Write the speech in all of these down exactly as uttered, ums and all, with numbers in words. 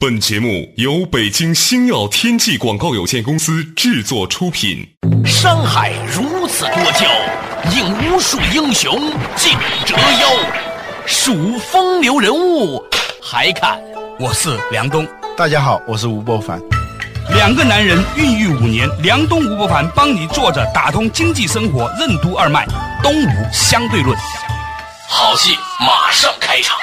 本节目由北京星耀天际广告有限公司制作出品。 山海如此多娇，引无数英雄竞折腰。数风流人物，还看我是梁冬。 大家好，我是吴伯凡。 两个男人孕育五年，梁冬、吴伯凡帮你坐着打通经济生活任督二脉，东吴相对论。 好戏马上开场。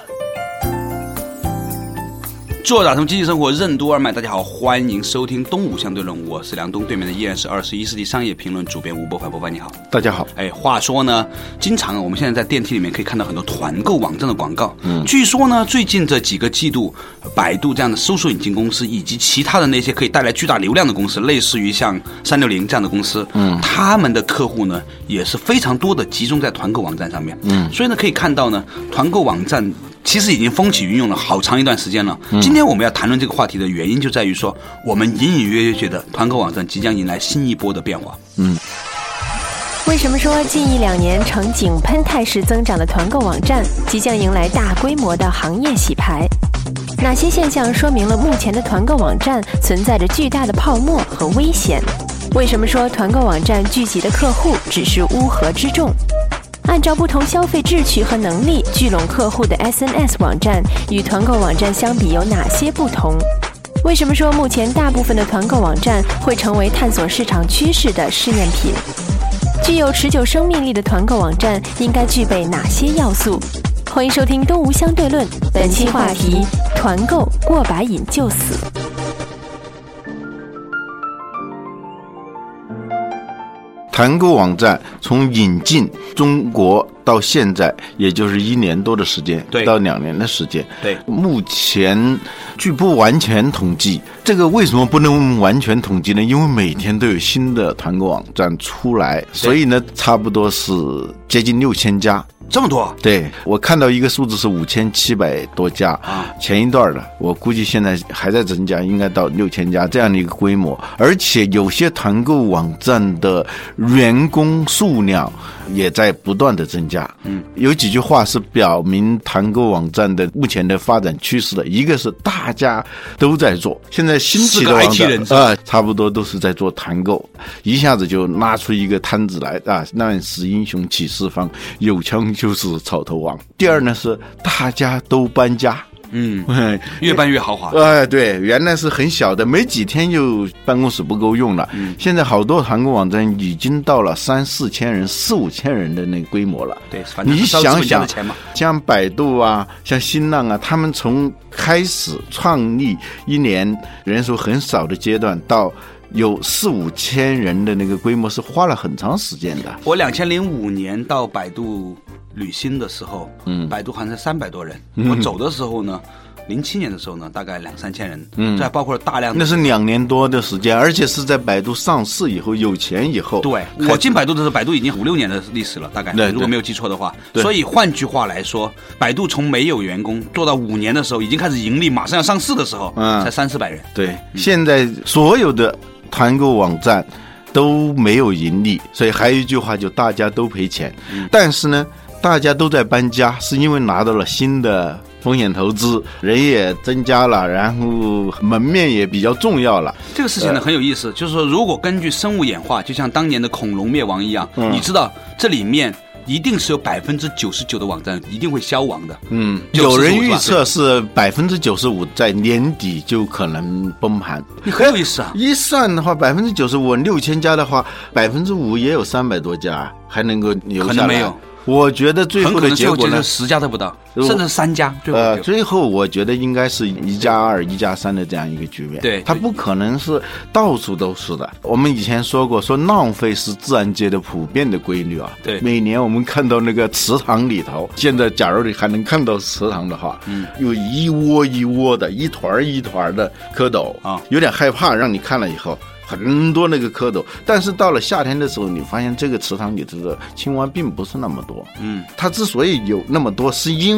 做打通经济生活任督二脉，大家好，欢迎收听东吴相对论，我是梁冬，对面的依然是二十一世纪商业评论主编吴伯凡。伯凡你好。 大家好。 哎，话说呢，经常我们现在在电梯里面可以看到很多团购网站的广告。嗯，据说呢，最近这几个季度，百度这样的搜索引擎公司以及其他的那些可以带来巨大流量的公司，类似于像三六零这样的公司，嗯，他们的客户呢也是非常多的集中在团购网站上面。嗯，所以呢可以看到呢，团购网站其实已经风起云涌了好长一段时间了。嗯、今天我们要谈论这个话题的原因就在于说，我们隐隐约约觉得团购网站即将迎来新一波的变化。 嗯，为什么说近一两年呈井喷态式增长的团购网站即将迎来大规模的行业洗牌？哪些现象说明了目前的团购网站存在着巨大的泡沫和危险？为什么说团购网站聚集的客户只是乌合之众？按照不同消费志趣和能力聚拢客户的 S N S 网站与团购网站相比有哪些不同？为什么说目前大部分的团购网站会成为探索市场趋势的试验品？具有持久生命力的团购网站应该具备哪些要素？欢迎收听东吴相对论，本期话题：团购过把瘾就死。 团购网站从引进中国到现在，也就是一年多的时间， 对， 到两年的时间。 对， 目前据不完全统计，这个为什么不能完全统计呢？因为每天都有新的团购网站出来，所以呢，差不多是接近六千家。 这么多？ 对，我看到一个数字是五千七百多家啊，前一段的，我估计现在还在增加，应该到六千家这样的一个规模。而且有些团购网站的员工数量也在不断的增加。嗯，有几句话是表明团购网站的目前的发展趋势的，一个是大家都在做，现在新起的网站啊、呃，差不多都是在做团购，一下子就拉出一个摊子来啊，乱世英雄起四方，有枪就是草头王。第二呢是大家都搬家。 嗯，越办越豪华。 呃，对，原来是很小的，没几天就办公室不够用了。嗯，现在好多团购网站已经到了三四千人、四五千人的那个规模了。 对，反正你想想， 像百度啊，像新浪啊，他们从开始创立一年人数很少的阶段到有四五千人的那个规模，是花了很长时间的。 我两千零五年到百度旅新的时候，嗯，百度还是三百多人。嗯、我走的时候呢，零七年的时候呢，大概两三千人。嗯，这还包括了大量的。 那是两年多的时间，而且是在百度上市以后，有钱以后。 对，我进百度的时候，百度已经五六年的历史了，大概如果没有记错的话。所以换句话来说，百度从没有员工做到五年的时候，已经开始盈利，马上要上市的时候，嗯，才三四百人。 对，嗯、现在所有的团购网站都没有盈利，所以还有一句话就大家都赔钱。嗯、但是呢，大家都在搬家，是因为拿到了新的风险投资，人也增加了，然后门面也比较重要了。 这个事情呢很有意思，呃、就是说如果根据生物演化，就像当年的恐龙灭亡一样，嗯、你知道这里面一定是有百分之九十九的网站一定会消亡的。嗯， 有人预测是百分之九十五在年底就可能崩盘。 你很有意思啊！ 一算的话，百分之九十五六千家的话，百分之五也有三百多家还能够留下来。 可能没有。 我觉得最后的结果呢， 十家都不到，甚至三家。最后呃，最后我觉得应该是一加二、一加三的这样一个局面。 对， 它不可能是到处都是的。我们以前说过，说浪费是自然界的普遍的规律啊。 对， 每年我们看到那个池塘里头，现在假如你还能看到池塘的话，嗯，有一窝一窝的、一团一团的蝌蚪啊，有点害怕，让你看了以后。很多那个蝌蚪，但是到了夏天的时候，你发现这个池塘里头的青蛙并不是那么多。嗯，它之所以有那么多，是因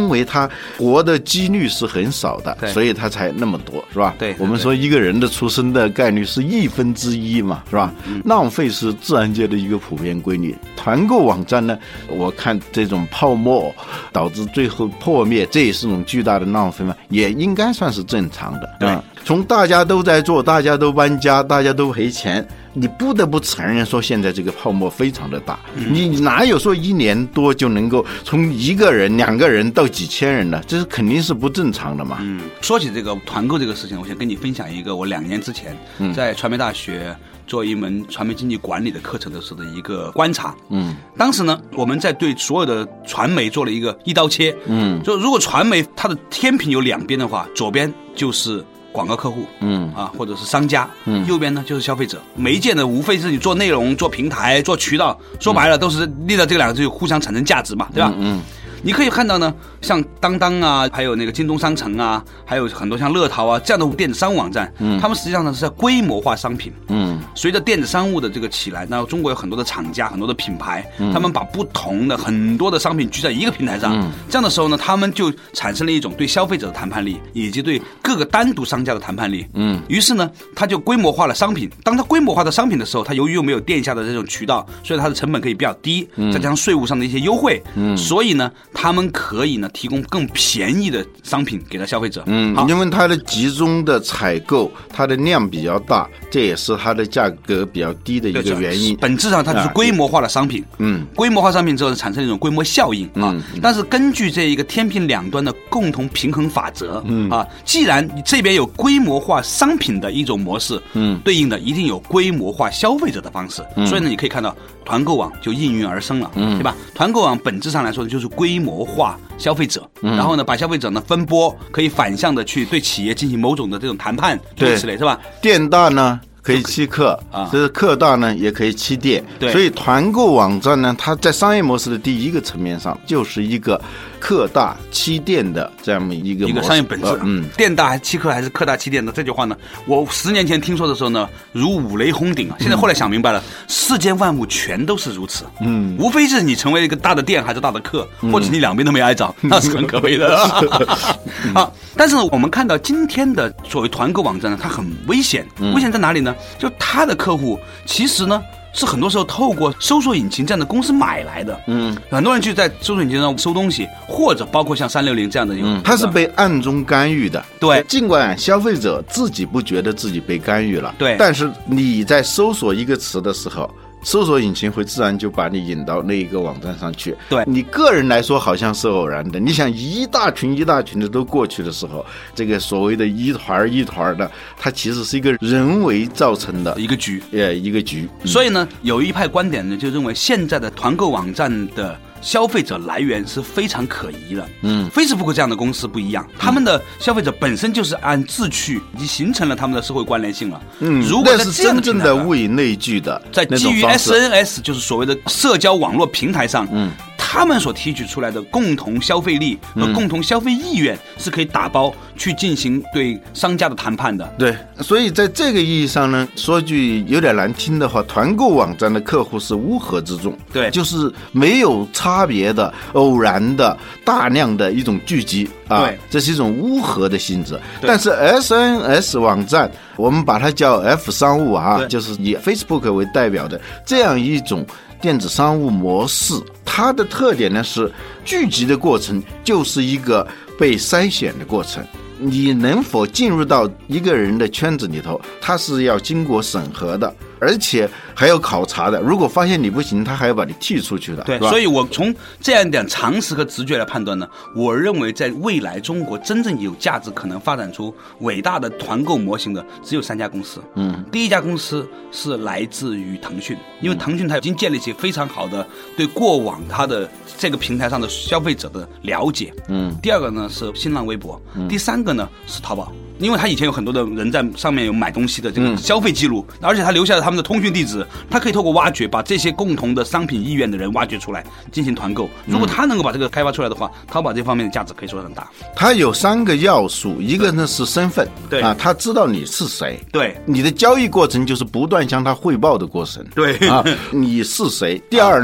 因为它活的几率是很少的，所以它才那么多，是吧？ 对，对我们说一个人的出生的概率是亿分之一嘛，是吧？嗯、浪费是自然界的一个普遍规律。团购网站呢，我看这种泡沫导致最后破灭，这也是种巨大的浪费嘛，也应该算是正常的。 对， 嗯、从大家都在做，大家都搬家，大家都赔钱。你不得不承认说现在这个泡沫非常的大，嗯、你哪有说一年多就能够从一个人两个人到几千人的，这是肯定是不正常的嘛。 嗯，说起这个团购这个事情，我想跟你分享一个我两年之前在传媒大学做一门传媒经济管理的课程的时候的一个观察。嗯，当时呢我们在对所有的传媒做了一个一刀切。嗯，就如果传媒它的天平有两边的话，左边就是广告客户，嗯啊，或者是商家，嗯，右边呢就是消费者。媒介呢，无非是你做内容、做平台、做渠道，说白了都是立了这两个就互相产生价值嘛，对吧？嗯。嗯你可以看到呢，像当当啊，还有那个京东商城啊，还有很多像乐淘啊这样的电子商务网站，嗯，他们实际上呢是在规模化商品，嗯，随着电子商务的这个起来，那中国有很多的厂家、很多的品牌，嗯，他们把不同的很多的商品聚在一个平台上，嗯，这样的时候呢，他们就产生了一种对消费者的谈判力，以及对各个单独商家的谈判力，嗯，于是呢，他就规模化了商品。当他规模化的商品的时候，他由于又没有店下的这种渠道，所以它的成本可以比较低，嗯，再加上税务上的一些优惠，嗯，所以呢，他们可以呢提供更便宜的商品给到消费者。 嗯，因为它的集中的采购，它的量比较大，这也是它的价格比较低的一个原因。 本质上它就是规模化的商品。嗯，规模化商品之后产生一种规模效应啊。嗯，但是根据这一个天平两端的共同平衡法则，嗯啊，既然你这边有规模化商品的一种模式，嗯，对应的一定有规模化消费者的方式。嗯，所以呢，你可以看到团购网就应运而生了，嗯，对吧？团购网本质上来说就是规模化消费者，嗯，然后呢，把消费者呢分拨，可以反向的去对企业进行某种的这种谈判，对之类，是吧？ 店大呢可以欺客啊，这是客大呢也可以欺店， 对， 所以团购网站呢，它在商业模式的第一个层面上就是一个客大欺店的这样一个一个商业本质。嗯，店大欺客还是客大欺店的这句话呢，我十年前听说的时候呢，如五雷轰顶啊！现在后来想明白了，嗯，世间万物全都是如此。嗯，无非是你成为一个大的店还是大的客，嗯，或者你两边都没挨着，那是很可悲的。啊，但是呢，我们看到今天的所谓团购网站呢，它很危险。危险在哪里呢？就他的客户其实呢是很多时候透过搜索引擎这样的公司买来的，嗯，很多人就在搜索引擎上搜东西，或者包括像三六零这样的， 嗯，他是被暗中干预的， 对， 尽管消费者自己不觉得自己被干预了， 对， 但是你在搜索一个词的时候，搜索引擎会自然就把你引到那一个网站上去。 对， 你个人来说好像是偶然的，你想一大群一大群的都过去的时候，这个所谓的一团一团的，它其实是一个人为造成的一个局， 呃，一个局。 嗯，所以呢，有一派观点呢，就认为现在的团购网站的消费者来源是非常可疑的。嗯 ，Facebook 这样的公司不一样，他们的消费者本身就是按自去，已经形成了他们的社会关联性了。 嗯， 如果在这样的真正的物以类聚的， 在基于 S N S 就是所谓的社交网络平台上，嗯，他们所提取出来的共同消费力和共同消费意愿是可以打包去进行对商家的谈判的。 对，所以在这个意义上呢，说句有点难听的话，团购网站的客户是乌合之众。 对， 就是没有差别的、偶然的、大量的一种聚集啊， 对， 这是一种乌合的性质。但是 S N S 网站，我们把它叫 F 商务啊，就是以 Facebook 为代表的这样一种电子商务模式，它的特点呢是聚集的过程就是一个被筛选的过程。你能否进入到一个人的圈子里头，它是要经过审核的，而且还有考察的。如果发现你不行，他还要把你踢出去的。 对，所以我从这样一点常识和直觉来判断呢，我认为在未来中国真正有价值可能发展出伟大的团购模型的只有三家公司。嗯，第一家公司是来自于腾讯，因为腾讯它已经建立起非常好的对过往它的这个平台上的消费者的了解。嗯，第二个呢是新浪微博，嗯，第三个呢是淘宝。因为他以前有很多的人在上面有买东西的这个消费记录，嗯，而且他留下了他们的通讯地址，他可以透过挖掘把这些共同的商品意愿的人挖掘出来进行团购。如果他能够把这个开发出来的话，淘宝这方面的价值可以说很大。 它有三个要素，一个呢是身份， 对啊，他知道你是谁， 对， 你的交易过程就是不断向他汇报的过程， 对啊，你是谁。第二呢，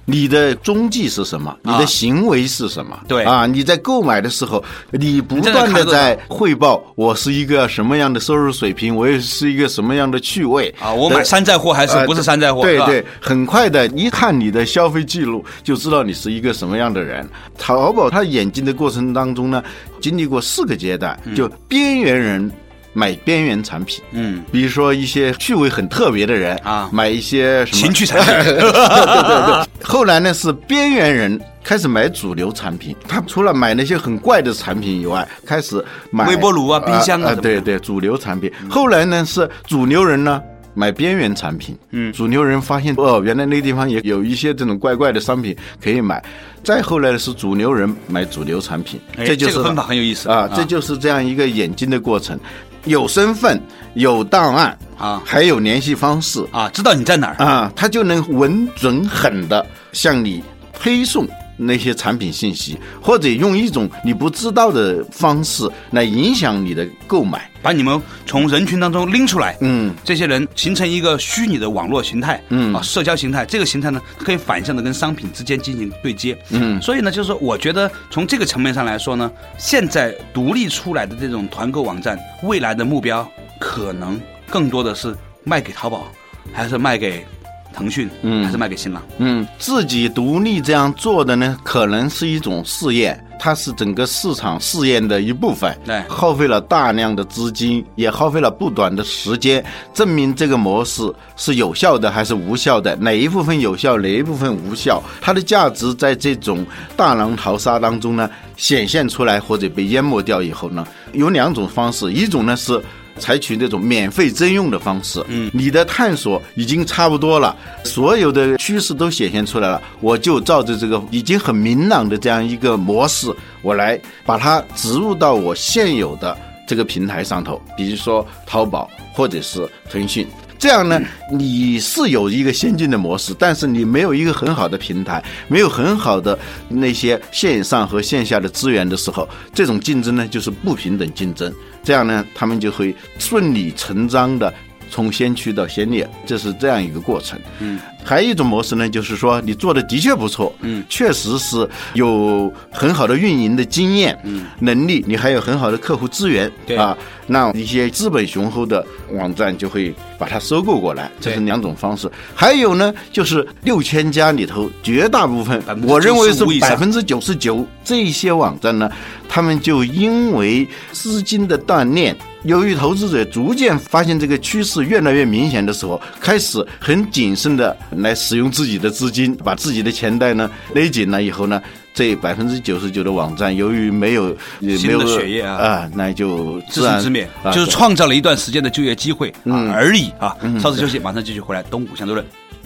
你的踪迹是什么？你的行为是什么？ 啊、对啊，你在购买的时候，你不断的在汇报我是一个什么样的收入水平，我也是一个什么样的趣味啊？我买山寨货还是不是山寨货？ 呃、对对，很快的，一看你的消费记录就知道你是一个什么样的人。淘宝它演进的过程当中呢，经历过四个阶段，就边缘人买边缘产品，嗯，比如说一些趣味很特别的人啊，买一些什么情趣产品， 对对对。后来呢是边缘人开始买主流产品，他除了买那些很怪的产品以外，开始买微波炉啊、冰箱啊， 啊对对，主流产品。嗯、后来呢是主流人呢买边缘产品，嗯，主流人发现哦，原来那地方也有一些这种怪怪的商品可以买。再后来的是主流人买主流产品， 这就是这个分法很有意思啊，这就是这样一个演进的过程。有身份，有档案啊，还有联系方式啊，知道你在哪儿啊，他就能稳准狠的向你推送那些产品信息，或者用一种你不知道的方式来影响你的购买， 把你们从人群当中拎出来。 嗯， 这些人形成一个虚拟的网络形态，嗯啊，社交形态。这个形态呢，可以反向的跟商品之间进行对接。嗯，所以呢，就是说，我觉得从这个层面上来说呢，现在独立出来的这种团购网站，未来的目标可能更多的是卖给淘宝，还是卖给腾讯，嗯，还是卖给新浪， 嗯，自己独立这样做的呢，可能是一种试验，它是整个市场试验的一部分， 对， 耗费了大量的资金，也耗费了不短的时间，证明这个模式是有效的还是无效的，哪一部分有效，哪一部分无效，它的价值在这种大浪淘沙当中呢显现出来，或者被淹没掉以后呢，有两种方式，一种呢是采取那种免费征用的方式，嗯，你的探索已经差不多了，所有的趋势都显现出来了，我就照着这个已经很明朗的这样一个模式，我来把它植入到我现有的这个平台上头，比如说淘宝或者是腾讯。这样呢，你是有一个先进的模式，但是你没有一个很好的平台，没有很好的那些线上和线下的资源的时候，这种竞争呢就是不平等竞争。这样呢，他们就会顺理成章的从先驱到先烈，这是这样一个过程。嗯，还有一种模式呢，就是说你做的的确不错，嗯，确实是有很好的运营的经验，嗯，能力，你还有很好的客户资源， 对啊，那一些资本雄厚的网站就会把它收购过来，这是两种方式。还有呢，就是六千家里头绝大部分，我认为是百分之九十九这些网站呢，他们就因为资金的锻炼。由于投资者逐渐发现这个趋势越来越明显的时候，开始很谨慎的来使用自己的资金，把自己的钱袋呢勒紧了以后呢，这百分之九十九的网站由于没有新的血液啊， 啊，那就自生自灭，啊，就是创造了一段时间的就业机会，嗯，而已啊。嗯，稍事休息，马上继续回来。东吴相对论。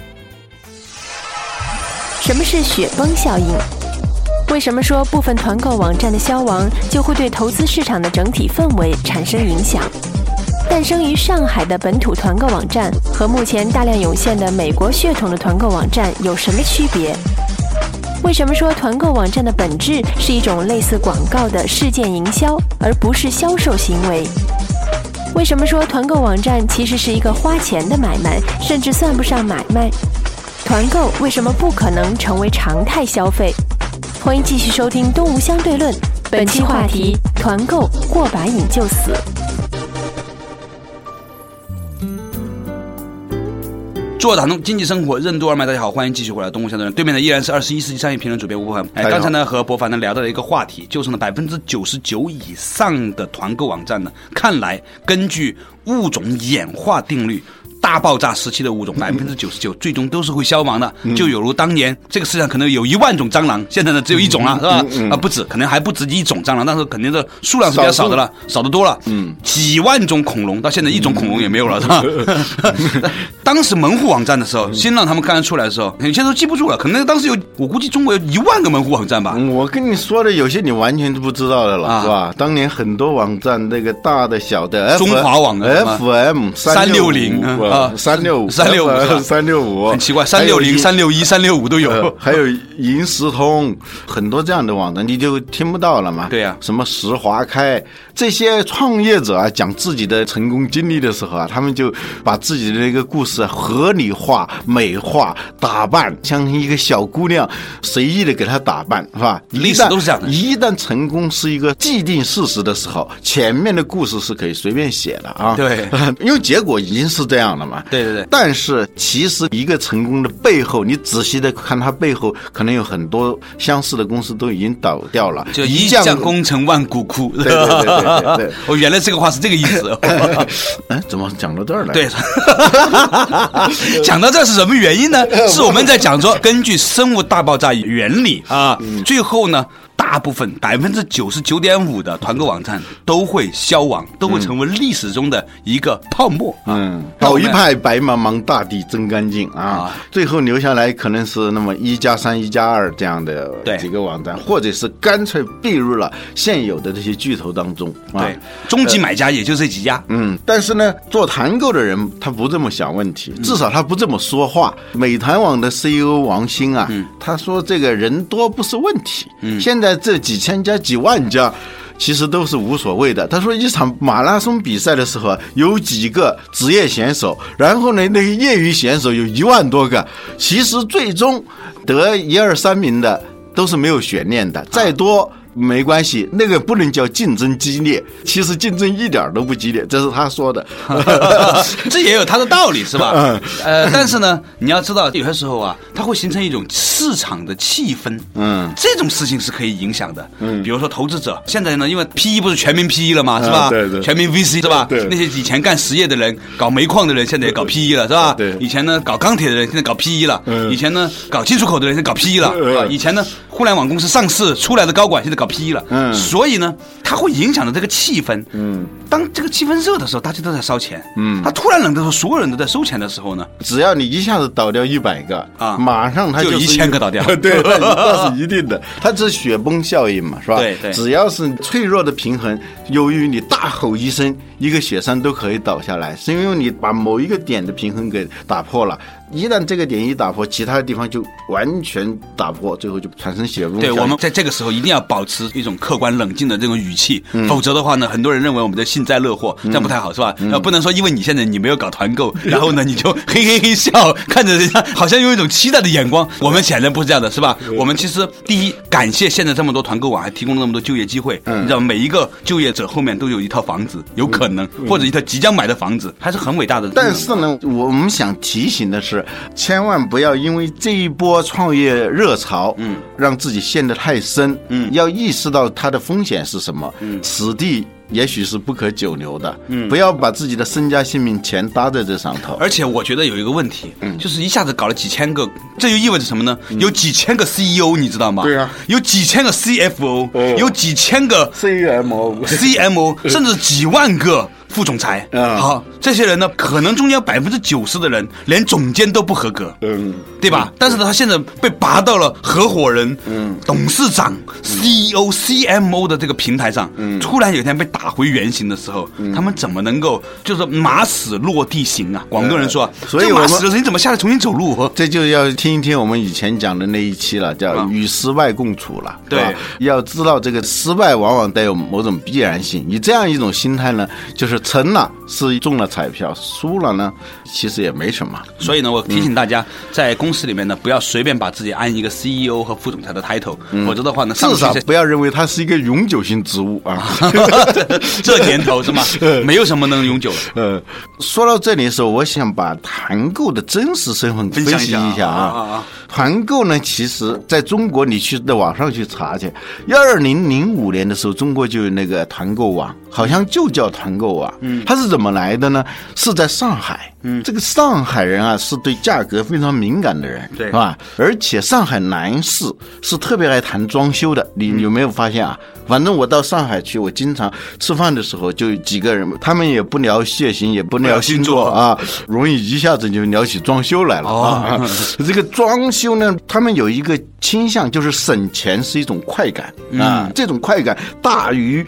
什么是雪崩效应？为什么说部分团购网站的消亡就会对投资市场的整体氛围产生影响？诞生于上海的本土团购网站和目前大量涌现的美国血统的团购网站有什么区别？为什么说团购网站的本质是一种类似广告的事件营销，而不是销售行为？为什么说团购网站其实是一个花钱的买卖，甚至算不上买卖？团购为什么不可能成为常态消费？欢迎继续收听《东吴相对论》，本期话题：团购过把瘾就死。 做打通经济生活任督二脉，大家好，欢迎继续回来《东吴相对论》。对面的依然是二十一世纪商业评论主编吴伯凡。哎，刚才呢和博凡呢聊到了一个话题，就是呢百分之九十九以上的团购网站呢，看来根据物种演化定律。大爆炸时期的物种百分之九十九最终都是会消亡的，嗯，就有如当年这个世界上可能有一万种蟑螂，现在呢只有一种了，是吧？嗯嗯，啊，不止，可能还不止一种蟑螂，但是肯定是数量是比较少的了，少得多了。嗯，几万种恐龙，到现在一种恐龙也没有了，是吧？当时门户网站的时候，新浪他们刚刚出来的时候，现在都记不住了，可能当时有，我估计中国有一万个门户网站吧。 我跟你说的有些你完全都不知道的了，啊，是吧？当年很多网站，那个大的、小的， 中华网 F M 三六零。 啊， 三六五三六五三六五， 很奇怪，三六零、三六一、三六五都有， 呃、还有银时通，很多这样的网站你就听不到了嘛。 对呀、啊， 什么石华开这些创业者啊，讲自己的成功经历的时候啊，他们就把自己的那个故事合理化、美化、打扮，像一个小姑娘随意的给她打扮，是吧？ 历史都是这样的。 一旦成功是一个既定事实的时候，前面的故事是可以随便写的啊。 对， 因为结果已经是这样了嘛。 对对对。 但是其实一个成功的背后，你仔细的看它背后，可能有很多相似的公司都已经倒掉了。 就一将功成万骨枯。 对对对对对对。 哦，原来这个话是这个意思。 哎，怎么讲到这儿来？ 对。讲到这是什么原因呢？是我们在讲说，根据生物大爆炸原理啊，嗯、最后呢。大部分百分之九十九点五的团购网站都会消亡，都会成为历史中的一个泡沫。 嗯，倒一派白茫茫大地真干净啊！啊最后留下来可能是那么一加三、一加二这样的几个网站，或者是干脆并入了现有的这些巨头当中。啊、 对，终极买家也就这几家。 嗯，但是呢，做团购的人他不这么想问题，至少他不这么说话。嗯、美团网的 C E O 王兴啊，嗯、他说这个人多不是问题。嗯，现在这几千家、几万家，其实都是无所谓的。他说，一场马拉松比赛的时候，有几个职业选手，然后呢，那个业余选手有一万多个，其实最终得一二三名的都是没有悬念的，再多。没关系，那个不能叫竞争激烈，其实竞争一点都不激烈，这是他说的。 这也有他的道理，是吧？嗯、呃，但是呢，你要知道，有些时候啊，它会形成一种市场的气氛，嗯，这种事情是可以影响的。嗯，比如说投资者，现在呢，因为 P E 不是全民 P E 了嘛，是吧？嗯、对对，全民 V C 是吧？对，那些以前干实业的人，搞煤矿的人，现在也搞 P E 了，是吧？对，以前呢搞钢铁的人，现在搞 P E 了。嗯，以前呢搞进出口的人，现在搞 P E 了。嗯、以前呢互联网公司上市出来的高管，现在搞 P E 了。嗯，所以呢，它会影响到这个气氛。嗯，当这个气氛热的时候，大家都在烧钱。嗯，它突然冷的时候，所有人都在收钱的时候呢， 只要你一下子倒掉一百个啊，马上它就有一千个倒掉。 对，那是一定的。它这是雪崩效应嘛，是吧？ 对对。 只要是脆弱的平衡，由于你大吼一声，一个雪山都可以倒下来，是因为你把某一个点的平衡给打破了。一旦这个点一打破，其他的地方就完全打破，最后就产生雪崩。 对，我们在这个时候一定要保持一种客观冷静的这种语气，嗯、否则的话呢，很多人认为我们在幸灾乐祸，这样不太好，是吧？嗯、不能说因为你现在你没有搞团购，然后呢你就嘿嘿嘿笑，看着人家好像用一种期待的眼光。我们显然不是这样的，是吧？我们其实第一感谢现在这么多团购网还提供了那么多就业机会，嗯、你知道每一个就业者后面都有一套房子，有可能、嗯、或者一套即将买的房子，还是很伟大的。 但是呢，我们想提醒的是，千万不要因为这一波创业热潮，嗯，让自己陷得太深，嗯，要意识到它的风险是什么，嗯，此地也许是不可久留的，嗯，不要把自己的身家性命全搭在这上头。 而且我觉得有一个问题，嗯，就是一下子搞了几千个，这就意味着什么呢？嗯、有几千个 C E O， 你知道吗？ 对啊， 有几千个 C F O，、哦、有几千个 C M O，C M O， 甚至几万个副总裁。嗯，好，这些人呢，可能中间百分之九十的人连总监都不合格，嗯，对吧？嗯、但是呢，他现在被拔到了合伙人、嗯，董事长、嗯、C E O、C M O 的这个平台上，嗯，突然有一天被打回原形的时候，嗯、他们怎么能够就是马死落地行啊？广东人说，嗯、 所以马死了你怎么下来重新走路？ 这就要听一听我们以前讲的那一期了，叫与失败共处了。 对， 要知道这个失败往往带有某种必然性。以这样一种心态呢，就是成了是中了彩票，输了呢其实也没什么。 所以呢，我提醒大家，在公司里面呢，不要随便把自己安一个 C E O 和副总裁的 title，嗯、否则的话呢， 至少不要认为它是一个永久性职务啊。 这年头是吗？没有什么能永久的。 呃，说到这里的时候，我想把团购的真实身份分析一下啊。团购呢，其实在中国你去在网上去查去，二零零五年的时候，中国就有那个团购网，好像就叫团购网。嗯，它是怎么来的呢？是在上海。嗯，这个上海人啊，是对价格非常敏感的人，对，是吧？而且上海男士是特别爱谈装修的，你有没有发现啊？反正我到上海去，我经常吃饭的时候就几个人，他们也不聊血型，也不聊星座啊，容易一下子就聊起装修来了啊。哦、这个装修呢，他们有一个倾向，就是省钱是一种快感、嗯、啊，这种快感大于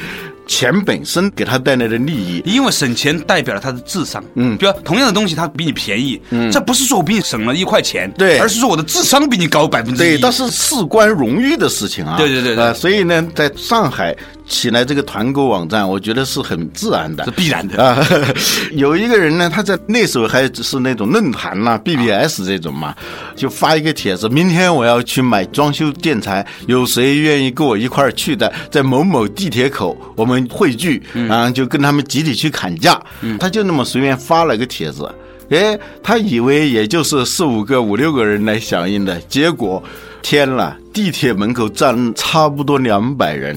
钱本身给他带来的利益， 因为省钱代表了他的智商。 嗯， 比如同样的东西，它比你便宜，嗯，这不是说我比你省了一块钱， 对， 而是说我的智商比你高百分之一。 对，这是事关荣誉的事情啊。 对对对对， 呃，所以呢，在上海起来这个团购网站，我觉得是很自然的， 是必然的啊。有一个人呢，他在那时候还是那种论坛啦、B B S 这种嘛，就发一个帖子，明天我要去买装修建材，有谁愿意跟我一块儿去的？在某某地铁口我们汇聚，然后就跟他们集体去砍价。嗯，他就那么随便发了个帖子。哎，他以为也就是四五个、五六个人来响应的，结果天了，地铁门口站差不多两百人。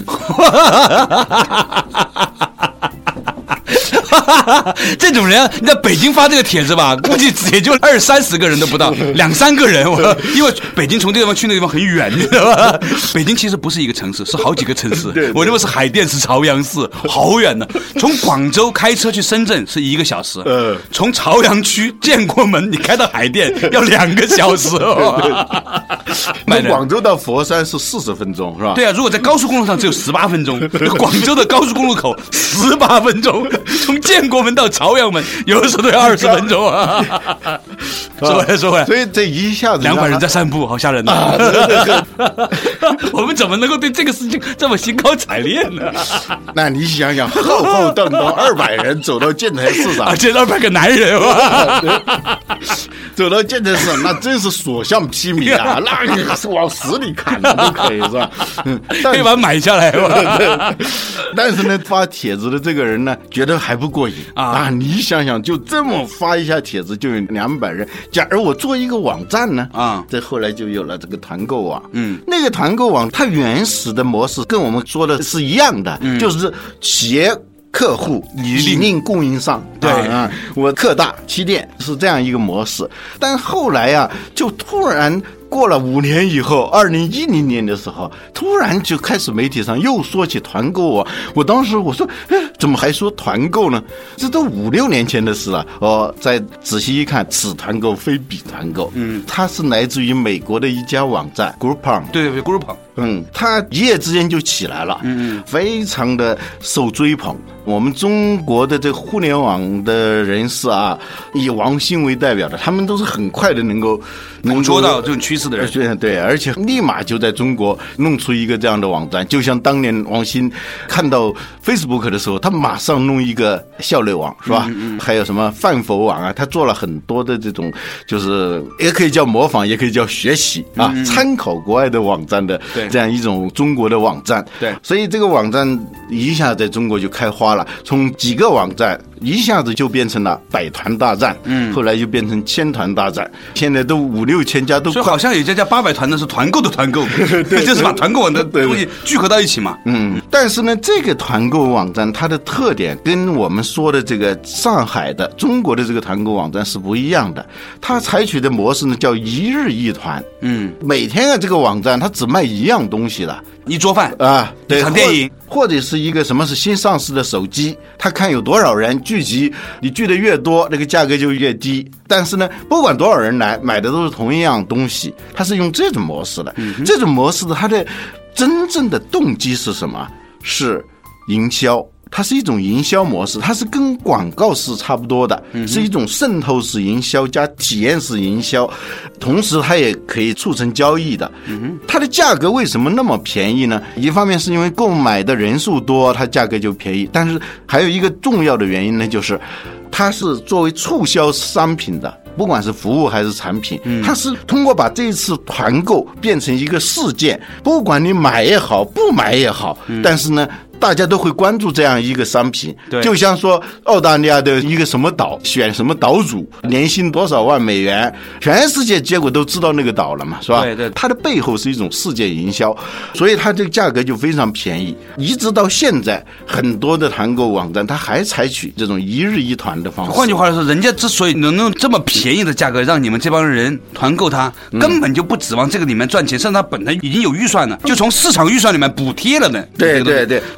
这种人你在北京发这个帖子吧，估计也就二三十个人都不到，两三个人。我因为北京从这个地方去那个地方很远，你知道吧？北京其实不是一个城市，是好几个城市。我认为是海淀市、朝阳市，好远呢。从广州开车去深圳是一个小时，呃，从朝阳区建国门你开到海淀要两个小时。 从广州到佛山是四十分钟，是吧？ 对啊，如果在高速公路上只有十八分钟，广州的高速公路口十八分钟，从建国门到朝阳门有的时候都要二十分钟啊！说回来说回来， 所以这一下子两百人在散步，好吓人呐、啊！我们怎么能够对这个事情这么兴高采烈呢？ 那你想想，浩浩荡荡二百人走到建材市场， 而且二百个男人啊， 走到建材市场，那真是所向披靡啊！那你是往死里砍的都可以，是吧？ 嗯，可以把它买下来吧？ 但是呢，发帖子的这个人呢，觉得还不过瘾啊！啊你想想，就这么发一下帖子就有两百人。假如我做一个网站呢，啊，这后来就有了这个团购网。嗯，那个团购网它原始的模式跟我们说的是一样的，嗯、就是企业。客户以令供应商，对啊，我客大欺店是这样一个模式。但后来啊，就突然过了五年以后，二零一零年的时候，突然就开始媒体上又说起团购啊。我当时我说，哎，怎么还说团购呢？这都五六年前的事了。哦，再仔细一看，此团购非彼团购。嗯，它是来自于美国的一家网站 Groupon。 对对 ，Groupon。 嗯，它一夜之间就起来了，嗯，非常的受追捧。我们中国的这个互联网的人士啊，以王兴为代表的，他们都是很快的能够能捉到这种趋势的人， 对，而且立马就在中国弄出一个这样的网站。就像当年王兴看到 Facebook 的时候，他马上弄一个校内网，是吧？嗯嗯、还有什么饭否网啊，他做了很多的这种，就是也可以叫模仿，也可以叫学习啊，嗯、参考国外的网站的这样一种中国的网站。 对， 所以这个网站一下在中国就开花了。从几个网站一下子就变成了百团大战，嗯，后来就变成千团大战，现在都五六千家都， 所以好像有一家叫八百团的是团购的团购，对，就是把团购网的东西聚合到一起嘛， 嗯。但是呢，这个团购网站它的特点跟我们说的这个上海的中国的这个团购网站是不一样的，它采取的模式呢叫一日一团，嗯，每天啊这个网站它只卖一样东西了。 一桌饭啊，对， 看电影， 或者是一个什么是新上市的手机，他看有多少人聚集，你聚的越多，那个价格就越低。但是呢，不管多少人来，买的都是同一样东西，它是用这种模式的。嗯、这种模式的它的真正的动机是什么？是营销。它是一种营销模式，它是跟广告是差不多的，嗯、是一种渗透式营销加体验式营销，同时它也可以促成交易的。嗯、它的价格为什么那么便宜呢？一方面是因为购买的人数多，它价格就便宜，但是还有一个重要的原因呢，就是它是作为促销商品的。不管是服务还是产品，它是通过把这一次团购变成一个事件，不管你买也好，不买也好，但是呢，大家都会关注这样一个商品。就像说澳大利亚的一个什么岛，选什么岛主，年薪多少万美元，全世界结果都知道那个岛了嘛，是吧？ 对对， 它的背后是一种世界营销，所以它这个价格就非常便宜。一直到现在，很多的团购网站它还采取这种一日一团的方式。 换句话说，人家之所以能用这么便宜的价格让你们这帮人团购它，根本就不指望这个里面赚钱，甚至它本来已经有预算了，就从市场预算里面补贴了呢。 对对对，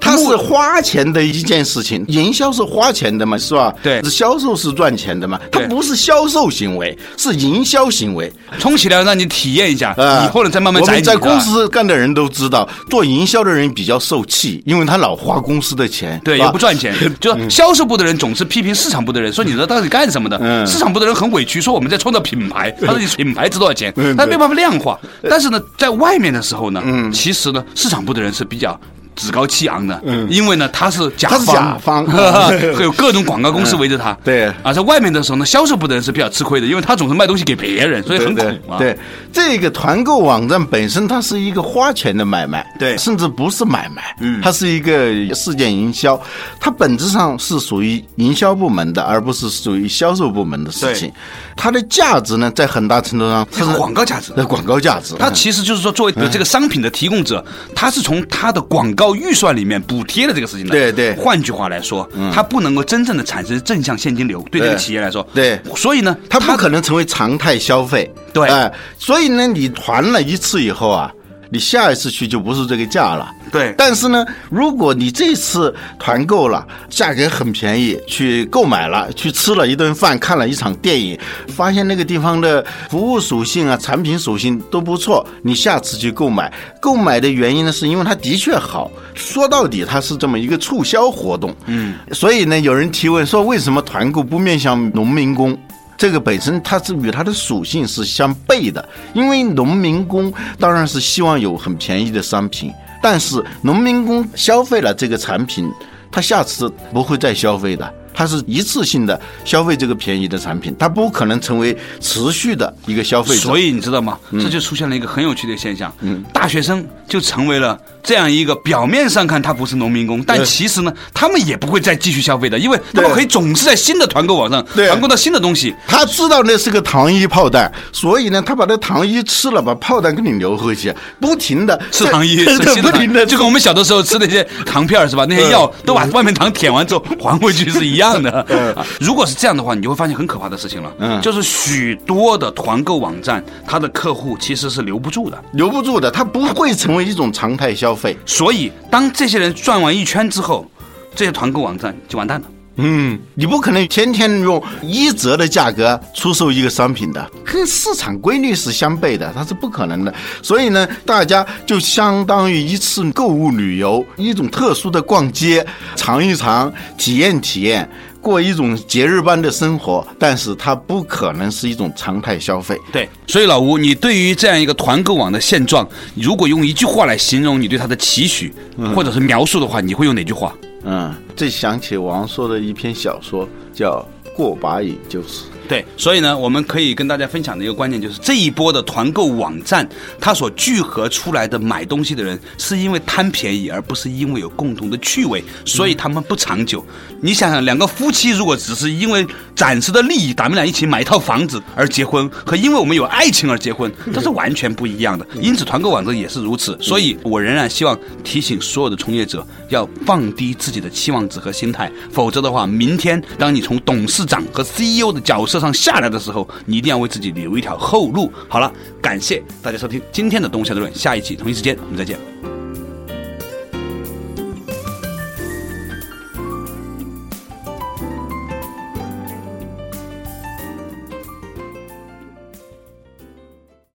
它是花钱的一件事情，营销是花钱的嘛，是吧？ 对， 销售是赚钱的嘛，它不是销售行为，是营销行为。 充其量让你体验一下，呃、以后呢再慢慢宰你。 我们在公司干的人都知道，做营销的人比较受气，因为他老花公司的钱， 对，也不赚钱。就销售部的人总是批评市场部的人，说你这到底干什么的？嗯、市场部的人很委屈，说我们在创造品牌，他说你品牌值多少钱，嗯、他没办法量化。但是呢，在外面的时候呢，嗯、其实呢，市场部的人是比较趾高气昂的，嗯，因为呢他是甲方， 他是甲方， 会有各种广告公司围着他， 嗯、对啊，在外面的时候呢，销售部的人是比较吃亏的，因为他总是卖东西给别人，所以很苦啊。 对，对这个团购网站本身它是一个花钱的买卖， 对， 甚至不是买卖，嗯，它是一个事件营销，它本质上是属于营销部门的，而不是属于销售部门的事情。它的价值呢，在很大程度上它是广告价值， 广告价值， 它其实就是说，作为这个商品的提供者，它是从它的广告预算里面补贴了这个事情的。 对对。 换句话来说，嗯、它不能够真正的产生正向现金流，对这个企业来说。 对。 所以呢， 它不可能成为常态消费。 对。 哎、呃，所以呢，你团了一次以后啊，你下一次去就不是这个价了。 对， 但是呢，如果你这次团购了，价格很便宜，去购买了，去吃了一顿饭，看了一场电影，发现那个地方的服务属性啊、产品属性都不错，你下次去购买，购买的原因呢，是因为它的确好。说到底，它是这么一个促销活动。嗯，所以呢，有人提问说，为什么团购不面向农民工？这个本身它是与它的属性是相悖的，因为农民工当然是希望有很便宜的商品，但是农民工消费了这个产品，他下次不会再消费的，它是一次性的消费这个便宜的产品，它不可能成为持续的一个消费者。 所以你知道吗？嗯、这就出现了一个很有趣的现象，嗯，大学生就成为了这样一个表面上看他不是农民工，但其实呢，他们也不会再继续消费的，因为他们可以总是在新的团购网上团购到新的东西。 他知道那是个糖衣炮弹，所以呢，他把那糖衣吃了，把炮弹给你留回去，不停的吃糖衣， 不停的， 就跟我们小的时候吃那些糖片是吧？那些药都把外面糖舔完之后还回去是一样的。嗯啊、如果是这样的话，你就会发现很可怕的事情了。嗯，就是许多的团购网站，它的客户其实是留不住的， 留不住的，它不会成为一种常态消费。 所以，当这些人转完一圈之后，这些团购网站就完蛋了。 嗯，你不可能天天用一折的价格出售一个商品的，跟市场规律是相悖的，它是不可能的。所以呢，大家就相当于一次购物旅游，一种特殊的逛街，尝一尝，体验体验，过一种节日般的生活，但是它不可能是一种常态消费。 对，所以老吴，你对于这样一个团购网的现状，如果用一句话来形容你对它的期许，嗯、或者是描述的话，你会用哪句话？ 嗯，这想起王朔的一篇小说，叫《过把瘾》，就是。 对，所以呢，我们可以跟大家分享的一个观念就是，这一波的团购网站，它所聚合出来的买东西的人，是因为贪便宜，而不是因为有共同的趣味，所以他们不长久。嗯、你想想，两个夫妻如果只是因为暂时的利益，咱们俩一起买一套房子而结婚，和因为我们有爱情而结婚，这是完全不一样的。因此，团购网站也是如此。所以我仍然希望提醒所有的从业者，要放低自己的期望值和心态，否则的话，明天当你从董事长和 C E O 的角色上下来的时候，你一定要为自己留一条后路。好了，感谢大家收听今天的东夏的论，下一期同一时间我们再见。